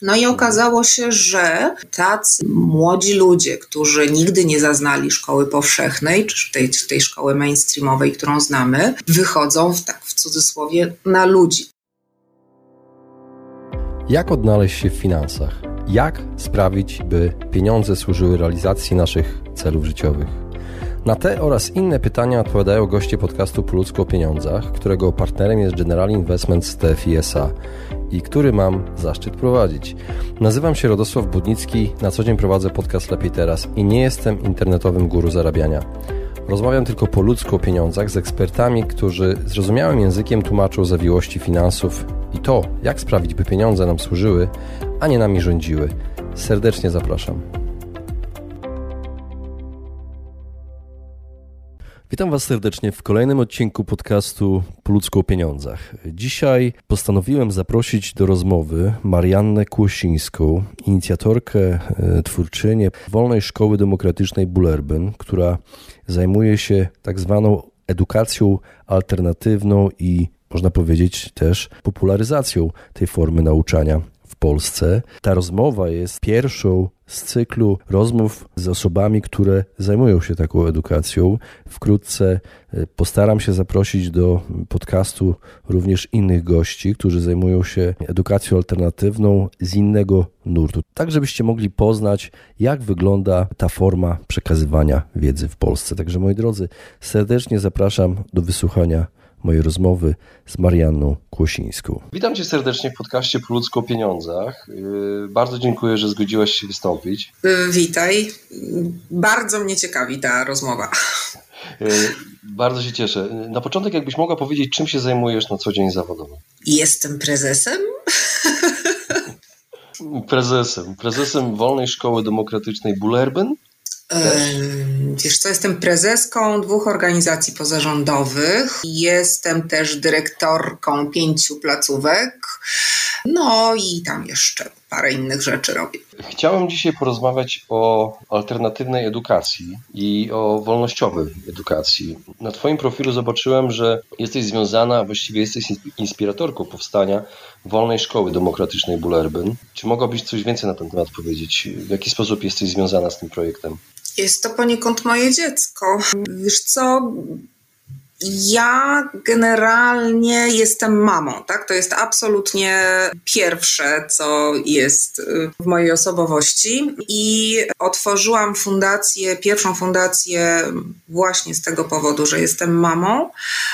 No i okazało się, że tacy młodzi ludzie, którzy nigdy nie zaznali szkoły powszechnej, czy tej szkoły mainstreamowej, którą znamy, wychodzą w cudzysłowie na ludzi. Jak odnaleźć się w finansach? Jak sprawić, by pieniądze służyły realizacji naszych celów życiowych? Na te oraz inne pytania odpowiadają goście podcastu Po ludzku o pieniądzach, którego partnerem jest General Investments TFI SA i który mam zaszczyt prowadzić. Nazywam się Radosław Budnicki, na co dzień prowadzę podcast Lepiej Teraz i nie jestem internetowym guru zarabiania. Rozmawiam tylko po ludzku o pieniądzach z ekspertami, którzy zrozumiałym językiem tłumaczą zawiłości finansów i to, jak sprawić, by pieniądze nam służyły, a nie nami rządziły. Serdecznie zapraszam. Witam Was serdecznie w kolejnym odcinku podcastu Po ludzku o pieniądzach. Dzisiaj postanowiłem zaprosić do rozmowy Mariannę Kłosińską, inicjatorkę, twórczynię Wolnej Szkoły Demokratycznej Bullerbyn, która zajmuje się tak zwaną edukacją alternatywną i można powiedzieć też popularyzacją tej formy nauczania w Polsce. Ta rozmowa jest pierwszą z cyklu rozmów z osobami, które zajmują się taką edukacją. Wkrótce postaram się zaprosić do podcastu również innych gości, którzy zajmują się edukacją alternatywną z innego nurtu. Tak, żebyście mogli poznać, jak wygląda ta forma przekazywania wiedzy w Polsce. Także moi drodzy, serdecznie zapraszam do wysłuchania mojej rozmowy z Marianną Kłosińską. Witam Cię serdecznie w podcaście Po ludzku o pieniądzach. Bardzo dziękuję, że zgodziłaś się wystąpić. Witaj. Bardzo mnie ciekawi ta rozmowa. Bardzo się cieszę. Na początek, jakbyś mogła powiedzieć, czym się zajmujesz na co dzień zawodowo? Jestem prezesem. Prezesem Wolnej Szkoły Demokratycznej Bullerbyn? Wiesz co, jestem prezeską 2 organizacji pozarządowych. Jestem też dyrektorką 5 placówek. No i tam jeszcze parę innych rzeczy robię. Chciałem dzisiaj porozmawiać o alternatywnej edukacji i o wolnościowej edukacji. Na Twoim profilu zobaczyłem, że jesteś związana, właściwie jesteś inspiratorką powstania Wolnej Szkoły Demokratycznej Bullerbyn. Czy mogłabyś coś więcej na ten temat powiedzieć? W jaki sposób jesteś związana z tym projektem? Jest to poniekąd moje dziecko. Wiesz co, ja generalnie jestem mamą, tak? To jest absolutnie pierwsze, co jest w mojej osobowości i otworzyłam pierwszą fundację właśnie z tego powodu, że jestem mamą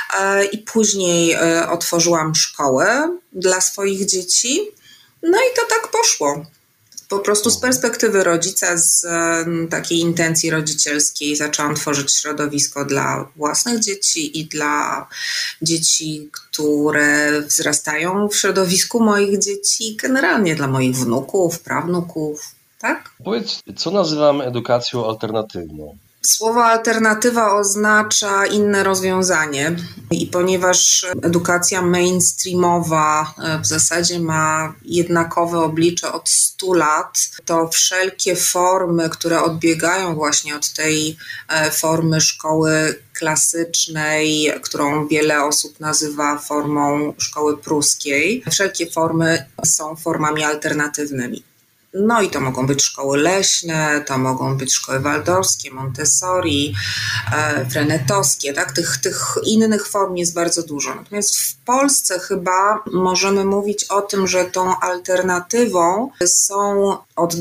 i później otworzyłam szkołę dla swoich dzieci. No i to tak poszło. Po prostu z perspektywy rodzica, z takiej intencji rodzicielskiej zaczęłam tworzyć środowisko dla własnych dzieci i dla dzieci, które wzrastają w środowisku moich dzieci, generalnie dla moich wnuków, prawnuków, tak? Powiedz, co nazywamy edukacją alternatywną? Słowo alternatywa oznacza inne rozwiązanie i ponieważ edukacja mainstreamowa w zasadzie ma jednakowe oblicze od 100 lat, to wszelkie formy, które odbiegają właśnie od tej formy szkoły klasycznej, którą wiele osób nazywa formą szkoły pruskiej, wszelkie formy są formami alternatywnymi. No i to mogą być szkoły leśne, to mogą być szkoły waldorfskie, Montessori, frenetowskie, tak? Tych innych form jest bardzo dużo. Natomiast w Polsce chyba możemy mówić o tym, że tą alternatywą są od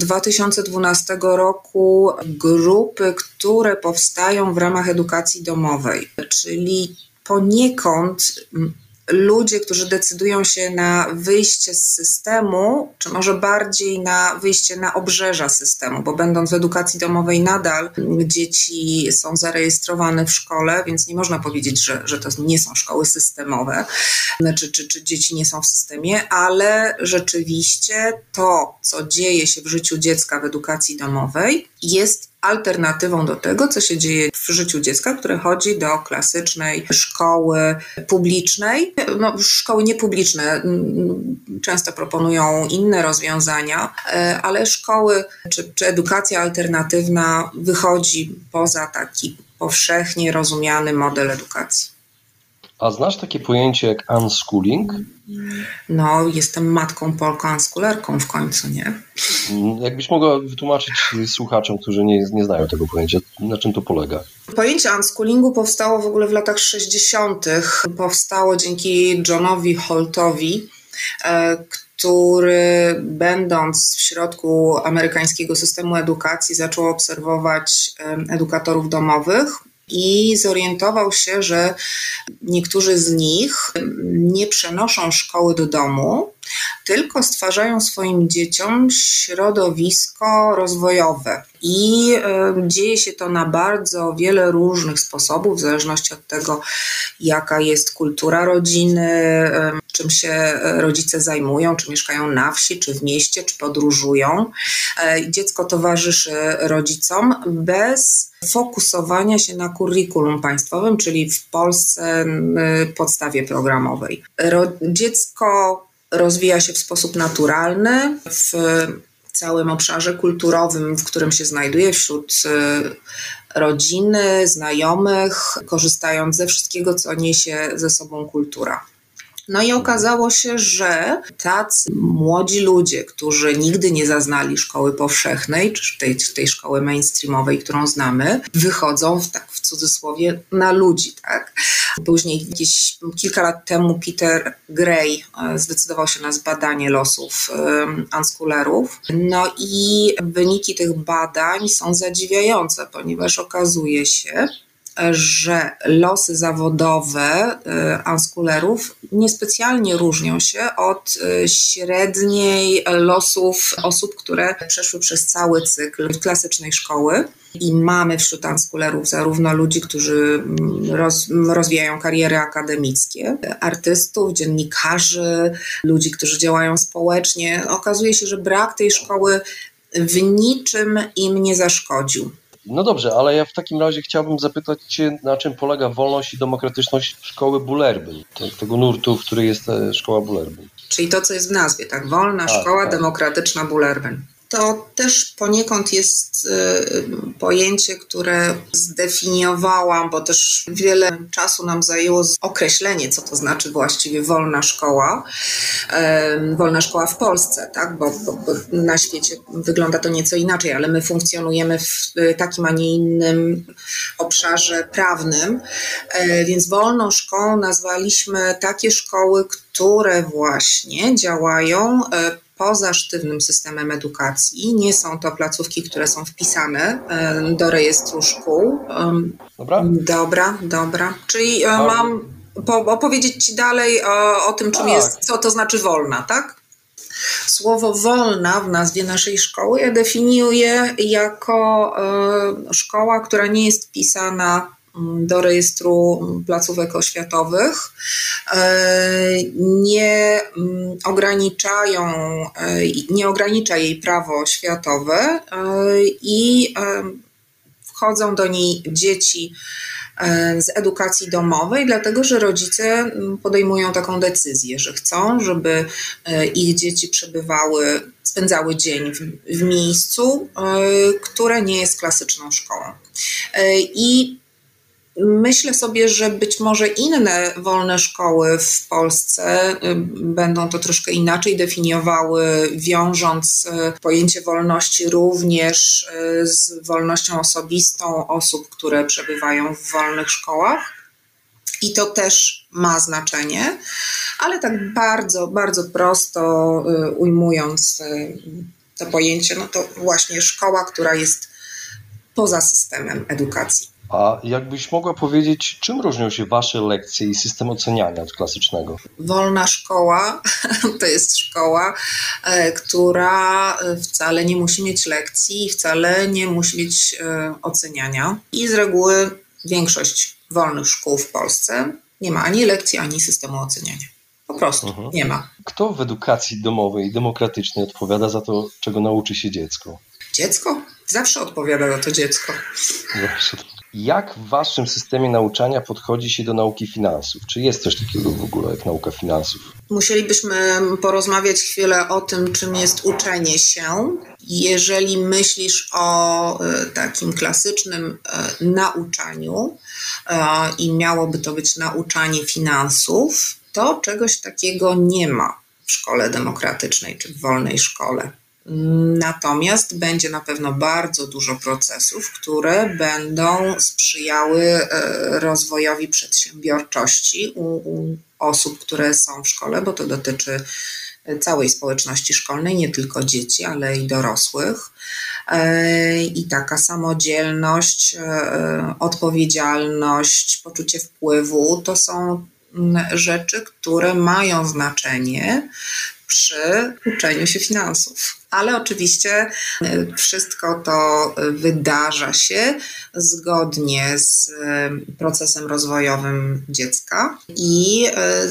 2012 roku grupy, które powstają w ramach edukacji domowej, czyli poniekąd ludzie, którzy decydują się na wyjście z systemu, czy może bardziej na wyjście na obrzeża systemu, bo będąc w edukacji domowej nadal dzieci są zarejestrowane w szkole, więc nie można powiedzieć, że to nie są szkoły systemowe, czy dzieci nie są w systemie, ale rzeczywiście to, co dzieje się w życiu dziecka w edukacji domowej, jest alternatywą do tego, co się dzieje w życiu dziecka, które chodzi do klasycznej szkoły publicznej. No, szkoły niepubliczne często proponują inne rozwiązania, ale szkoły czy edukacja alternatywna wychodzi poza taki powszechnie rozumiany model edukacji. A znasz takie pojęcie jak unschooling? No, jestem matką Polką, unschoolerką w końcu, nie? Jakbyś mogła wytłumaczyć słuchaczom, którzy nie znają tego pojęcia, na czym to polega? Pojęcie unschoolingu powstało w ogóle w latach 60. Powstało dzięki Johnowi Holtowi, który będąc w środku amerykańskiego systemu edukacji zaczął obserwować edukatorów domowych i zorientował się, że niektórzy z nich nie przenoszą szkoły do domu, tylko stwarzają swoim dzieciom środowisko rozwojowe. I dzieje się to na bardzo wiele różnych sposobów, w zależności od tego, jaka jest kultura rodziny, czym się rodzice zajmują, czy mieszkają na wsi, czy w mieście, czy podróżują. Dziecko towarzyszy rodzicom bez fokusowania się na curriculum państwowym, czyli w Polsce podstawie programowej. Dziecko rozwija się w sposób naturalny w całym obszarze kulturowym, w którym się znajduje, wśród rodziny, znajomych, korzystając ze wszystkiego, co niesie ze sobą kultura. No i okazało się, że tacy młodzi ludzie, którzy nigdy nie zaznali szkoły powszechnej, czy tej szkoły mainstreamowej, którą znamy, wychodzą w cudzysłowie na ludzi, tak? Później kilka lat temu Peter Gray zdecydował się na zbadanie losów unschoolerów. No i wyniki tych badań są zadziwiające, ponieważ okazuje się, że losy zawodowe unschoolerów niespecjalnie różnią się od średniej losów osób, które przeszły przez cały cykl klasycznej szkoły. I mamy wśród unschoolerów zarówno ludzi, którzy rozwijają kariery akademickie, artystów, dziennikarzy, ludzi, którzy działają społecznie. Okazuje się, że brak tej szkoły w niczym im nie zaszkodził. No dobrze, ale ja w takim razie chciałbym zapytać Cię, na czym polega wolność i demokratyczność szkoły Bullerbyn, tego nurtu, w której jest szkoła Bullerbyn. Czyli to, co jest w nazwie, tak? Wolna szkoła demokratyczna Bullerbyn. To też poniekąd jest pojęcie, które zdefiniowałam, bo też wiele czasu nam zajęło określenie, co to znaczy właściwie wolna szkoła w Polsce, tak? Bo na świecie wygląda to nieco inaczej, ale my funkcjonujemy w takim, a nie innym obszarze prawnym, więc wolną szkołą nazwaliśmy takie szkoły, które właśnie działają poza sztywnym systemem edukacji. Nie są to placówki, które są wpisane do rejestru szkół. Dobra. Czyli mam opowiedzieć Ci dalej o tym, czym jest, co to znaczy wolna, tak? Słowo wolna w nazwie naszej szkoły ja definiuję jako szkoła, która nie jest wpisana do rejestru placówek oświatowych, nie ogranicza jej prawo oświatowe i wchodzą do niej dzieci z edukacji domowej, dlatego że rodzice podejmują taką decyzję, że chcą, żeby ich dzieci spędzały dzień w miejscu, które nie jest klasyczną szkołą. I myślę sobie, że być może inne wolne szkoły w Polsce będą to troszkę inaczej definiowały, wiążąc pojęcie wolności również z wolnością osobistą osób, które przebywają w wolnych szkołach. I to też ma znaczenie, ale tak bardzo, bardzo prosto ujmując to pojęcie, no to właśnie szkoła, która jest poza systemem edukacji. A jakbyś mogła powiedzieć, czym różnią się Wasze lekcje i system oceniania od klasycznego? Wolna szkoła to jest szkoła, która wcale nie musi mieć lekcji i wcale nie musi mieć oceniania. I z reguły większość wolnych szkół w Polsce nie ma ani lekcji, ani systemu oceniania. Po prostu nie ma. Kto w edukacji domowej i demokratycznej odpowiada za to, czego nauczy się dziecko? Dziecko? Zawsze odpowiada za to dziecko. Jak w waszym systemie nauczania podchodzi się do nauki finansów? Czy jest coś takiego w ogóle jak nauka finansów? Musielibyśmy porozmawiać chwilę o tym, czym jest uczenie się. Jeżeli myślisz o takim klasycznym nauczaniu i miałoby to być nauczanie finansów, to czegoś takiego nie ma w szkole demokratycznej czy w wolnej szkole. Natomiast będzie na pewno bardzo dużo procesów, które będą sprzyjały rozwojowi przedsiębiorczości u osób, które są w szkole, bo to dotyczy całej społeczności szkolnej, nie tylko dzieci, ale i dorosłych. I taka samodzielność, odpowiedzialność, poczucie wpływu to są rzeczy, które mają znaczenie przy uczeniu się finansów. Ale oczywiście wszystko to wydarza się zgodnie z procesem rozwojowym dziecka i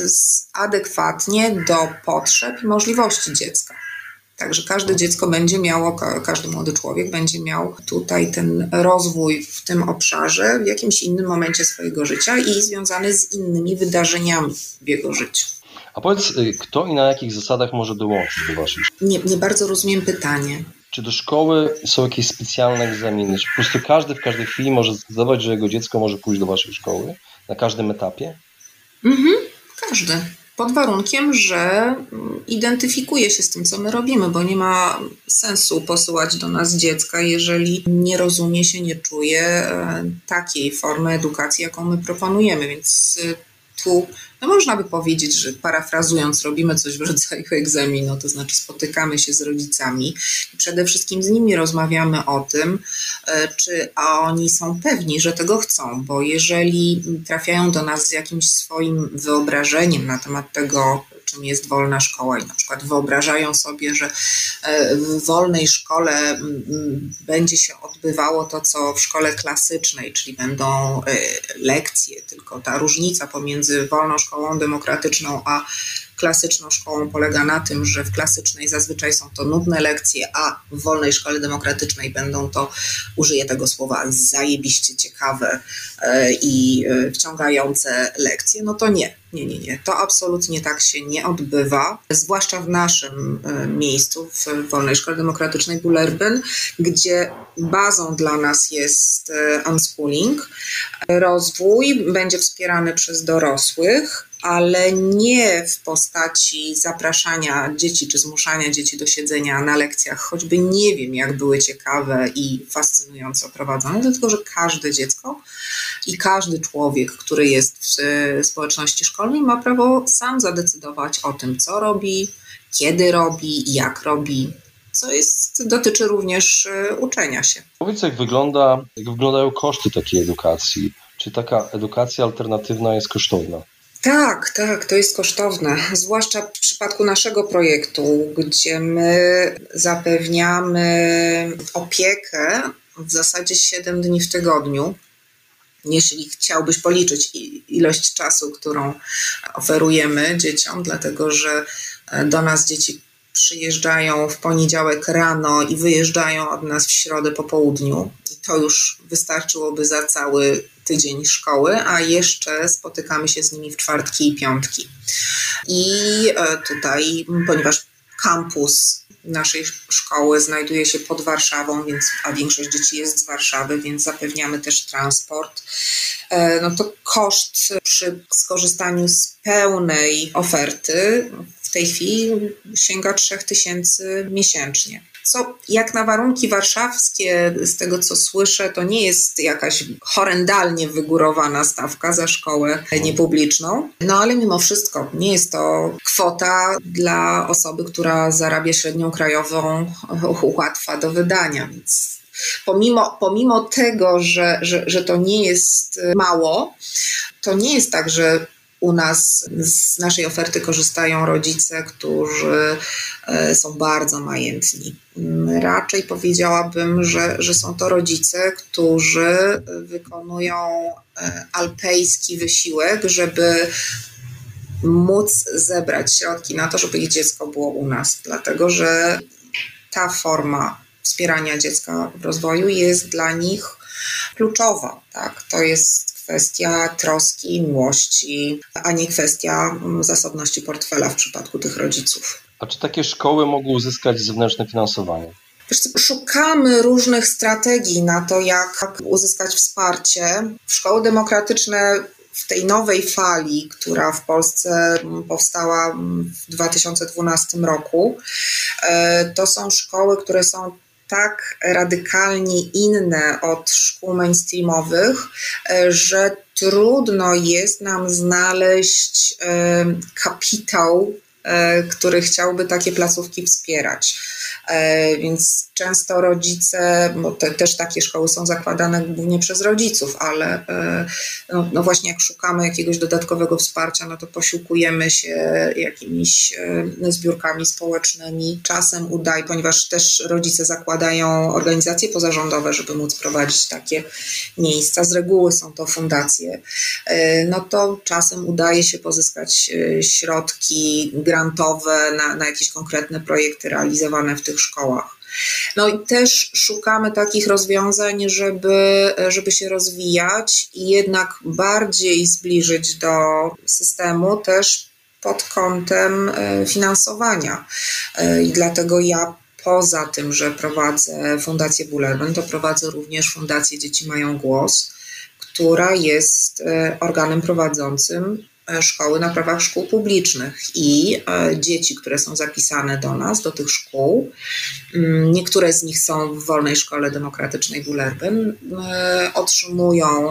adekwatnie do potrzeb i możliwości dziecka. Także każde dziecko będzie miało, każdy młody człowiek będzie miał tutaj ten rozwój w tym obszarze w jakimś innym momencie swojego życia i związany z innymi wydarzeniami w jego życiu. A powiedz, kto i na jakich zasadach może dołączyć do waszej szkoły? Nie bardzo rozumiem pytanie. Czy do szkoły są jakieś specjalne egzaminy? Czy po prostu każdy w każdej chwili może zdecydować, że jego dziecko może pójść do waszej szkoły? Na każdym etapie? Każdy. Pod warunkiem, że identyfikuje się z tym, co my robimy, bo nie ma sensu posyłać do nas dziecka, jeżeli nie rozumie się, nie czuje takiej formy edukacji, jaką my proponujemy. Więc tu można by powiedzieć, że parafrazując, robimy coś w rodzaju egzaminu, to znaczy spotykamy się z rodzicami i przede wszystkim z nimi rozmawiamy o tym, czy oni są pewni, że tego chcą, bo jeżeli trafiają do nas z jakimś swoim wyobrażeniem na temat tego, czym jest wolna szkoła i na przykład wyobrażają sobie, że w wolnej szkole będzie się odbywało to, co w szkole klasycznej, czyli będą lekcje, tylko ta różnica pomiędzy wolną szkołą demokratyczną a klasyczną szkołą polega na tym, że w klasycznej zazwyczaj są to nudne lekcje, a w wolnej szkole demokratycznej będą to, użyję tego słowa, zajebiście ciekawe i wciągające lekcje, no to nie. To absolutnie tak się nie odbywa, zwłaszcza w naszym miejscu, w Wolnej Szkole Demokratycznej Bullerbyn, gdzie bazą dla nas jest unschooling. Rozwój będzie wspierany przez dorosłych, ale nie w postaci zapraszania dzieci czy zmuszania dzieci do siedzenia na lekcjach, choćby nie wiem, jak były ciekawe i fascynująco prowadzone, dlatego że każde dziecko i każdy człowiek, który jest w społeczności szkolnej, ma prawo sam zadecydować o tym, co robi, kiedy robi, jak robi, co dotyczy również uczenia się. Powiedz, jak wyglądają koszty takiej edukacji? Czy taka edukacja alternatywna jest kosztowna? Tak, to jest kosztowne, zwłaszcza w przypadku naszego projektu, gdzie my zapewniamy opiekę w zasadzie 7 dni w tygodniu. Jeśli chciałbyś policzyć ilość czasu, którą oferujemy dzieciom, dlatego że do nas dzieci przyjeżdżają w poniedziałek rano i wyjeżdżają od nas w środę po południu. I to już wystarczyłoby za cały tydzień szkoły, a jeszcze spotykamy się z nimi w czwartki i piątki. I tutaj, ponieważ kampus naszej szkoły znajduje się pod Warszawą, a większość dzieci jest z Warszawy, więc zapewniamy też transport. No to koszt przy skorzystaniu z pełnej oferty w tej chwili sięga 3000 miesięcznie. Co jak na warunki warszawskie, z tego co słyszę, to nie jest jakaś horrendalnie wygórowana stawka za szkołę niepubliczną. No ale mimo wszystko nie jest to kwota dla osoby, która zarabia średnią krajową, łatwa do wydania. Więc pomimo tego, że to nie jest mało, to nie jest tak, że u nas z naszej oferty korzystają rodzice, którzy są bardzo majętni. Raczej powiedziałabym, że są to rodzice, którzy wykonują alpejski wysiłek, żeby móc zebrać środki na to, żeby ich dziecko było u nas. Dlatego, że ta forma wspierania dziecka w rozwoju jest dla nich kluczowa. Tak? To jest kwestia troski, miłości, a nie kwestia zasobności portfela w przypadku tych rodziców. A czy takie szkoły mogą uzyskać zewnętrzne finansowanie? Szukamy różnych strategii na to, jak uzyskać wsparcie. Szkoły demokratyczne w tej nowej fali, która w Polsce powstała w 2012 roku, to są szkoły, które są tak radykalnie inne od szkół mainstreamowych, że trudno jest nam znaleźć kapitał, który chciałby takie placówki wspierać. Więc często rodzice, bo też takie szkoły są zakładane głównie przez rodziców, ale no właśnie jak szukamy jakiegoś dodatkowego wsparcia, no to posiłkujemy się jakimiś zbiórkami społecznymi. Czasem udaje, ponieważ też rodzice zakładają organizacje pozarządowe, żeby móc prowadzić takie miejsca. Z reguły są to fundacje. No to czasem udaje się pozyskać środki grantowe na jakieś konkretne projekty realizowane w tych szkołach. No i też szukamy takich rozwiązań, żeby się rozwijać i jednak bardziej zbliżyć do systemu też pod kątem finansowania. I dlatego ja poza tym, że prowadzę Fundację Bullerbyn, to prowadzę również Fundację Dzieci Mają Głos, która jest organem prowadzącym szkoły na prawach szkół publicznych i dzieci, które są zapisane do nas, do tych szkół, niektóre z nich są w Wolnej Szkole Demokratycznej Bullerbyn, otrzymują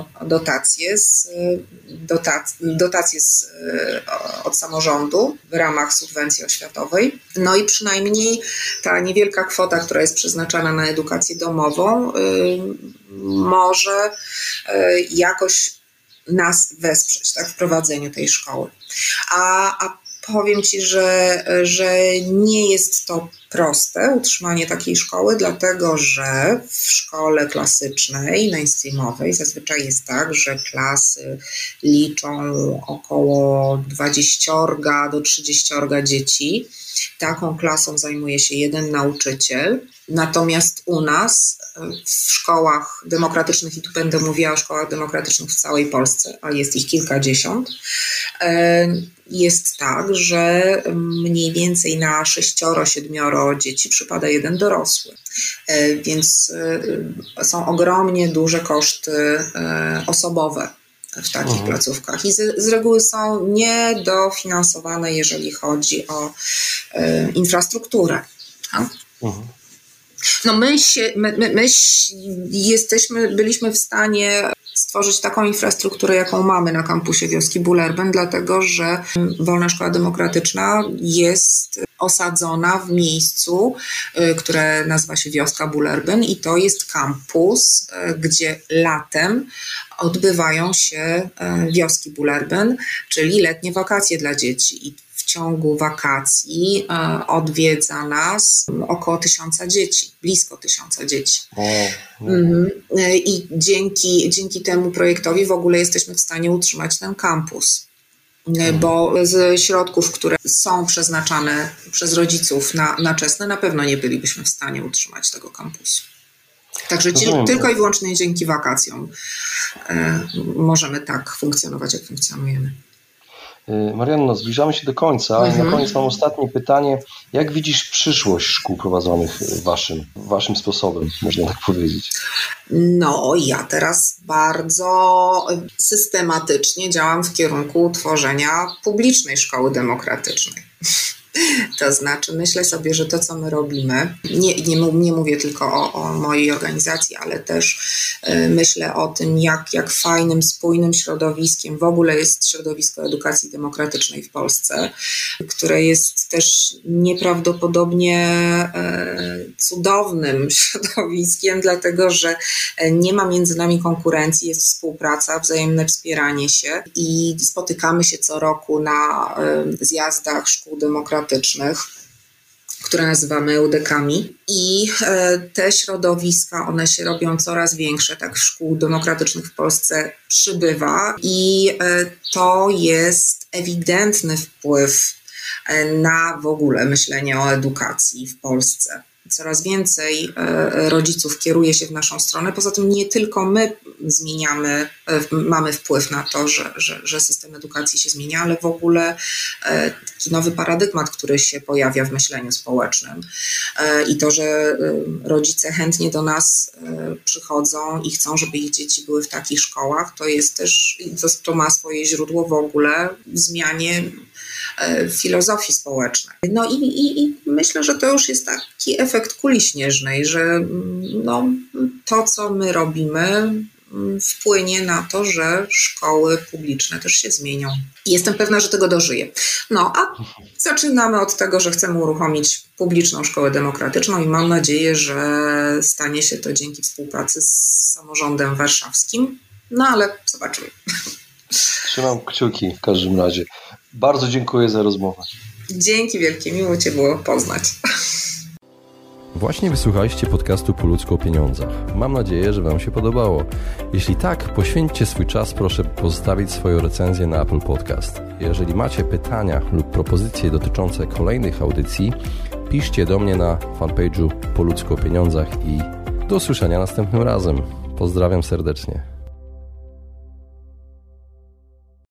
dotacje od samorządu w ramach subwencji oświatowej. No i przynajmniej ta niewielka kwota, która jest przeznaczana na edukację domową, może jakoś nas wesprzeć, tak, w prowadzeniu tej szkoły. A powiem Ci, że nie jest to proste utrzymanie takiej szkoły, dlatego że w szkole klasycznej, mainstreamowej zazwyczaj jest tak, że klasy liczą około 20 do 30 dzieci. Taką klasą zajmuje się jeden nauczyciel. Natomiast u nas w szkołach demokratycznych, i tu będę mówiła o szkołach demokratycznych w całej Polsce, a jest ich kilkadziesiąt, jest tak, że mniej więcej na 6-7 dzieci przypada jeden dorosły. Więc są ogromnie duże koszty osobowe w takich placówkach i z reguły są niedofinansowane, jeżeli chodzi o infrastrukturę. Tak? No byliśmy w stanie stworzyć taką infrastrukturę, jaką mamy na kampusie wioski Bullerbyn, dlatego że Wolna Szkoła Demokratyczna jest osadzona w miejscu, które nazywa się wioska Bullerbyn i to jest kampus, gdzie latem odbywają się wioski Bullerbyn, czyli letnie wakacje dla dzieci. I w ciągu wakacji odwiedza nas około 1000 dzieci, blisko 1000 dzieci. I dzięki temu projektowi w ogóle jesteśmy w stanie utrzymać ten kampus. Bo z środków, które są przeznaczane przez rodziców na czesne, na pewno nie bylibyśmy w stanie utrzymać tego kampusu. Także tylko i wyłącznie dzięki wakacjom możemy tak funkcjonować, jak funkcjonujemy. Marianno, zbliżamy się do końca i na koniec mam ostatnie pytanie. Jak widzisz przyszłość szkół prowadzonych waszym sposobem, można tak powiedzieć? No, ja teraz bardzo systematycznie działam w kierunku utworzenia publicznej szkoły demokratycznej. To znaczy myślę sobie, że to, co my robimy, nie mówię tylko o mojej organizacji, ale też myślę o tym, jak fajnym, spójnym środowiskiem w ogóle jest środowisko edukacji demokratycznej w Polsce, które jest też nieprawdopodobnie cudownym środowiskiem, dlatego że nie ma między nami konkurencji, jest współpraca, wzajemne wspieranie się i spotykamy się co roku na zjazdach szkół demokratycznych, które nazywamy eudekami i te środowiska, one się robią coraz większe, tak szkół demokratycznych w Polsce przybywa i to jest ewidentny wpływ na w ogóle myślenie o edukacji w Polsce. coraz więcej rodziców kieruje się w naszą stronę. Poza tym nie tylko my mamy wpływ na to, że system edukacji się zmienia, ale w ogóle taki nowy paradygmat, który się pojawia w myśleniu społecznym i to, że rodzice chętnie do nas przychodzą i chcą, żeby ich dzieci były w takich szkołach, to jest też, to ma swoje źródło w ogóle w zmianie filozofii społecznej. No i myślę, że to już jest taki efekt kuli śnieżnej, że to, co my robimy, wpłynie na to, że szkoły publiczne też się zmienią. I jestem pewna, że tego dożyję. No, a zaczynamy od tego, że chcemy uruchomić publiczną szkołę demokratyczną i mam nadzieję, że stanie się to dzięki współpracy z samorządem warszawskim. No, ale zobaczymy. Trzymam kciuki w każdym razie. Bardzo dziękuję za rozmowę. Dzięki wielkie, miło Cię było poznać. Właśnie wysłuchaliście podcastu Po ludzku o pieniądzach. Mam nadzieję, że Wam się podobało. Jeśli tak, poświęćcie swój czas, proszę pozostawić swoją recenzję na Apple Podcast. Jeżeli macie pytania lub propozycje dotyczące kolejnych audycji, piszcie do mnie na fanpage'u Po ludzku o pieniądzach i do usłyszenia następnym razem. Pozdrawiam serdecznie.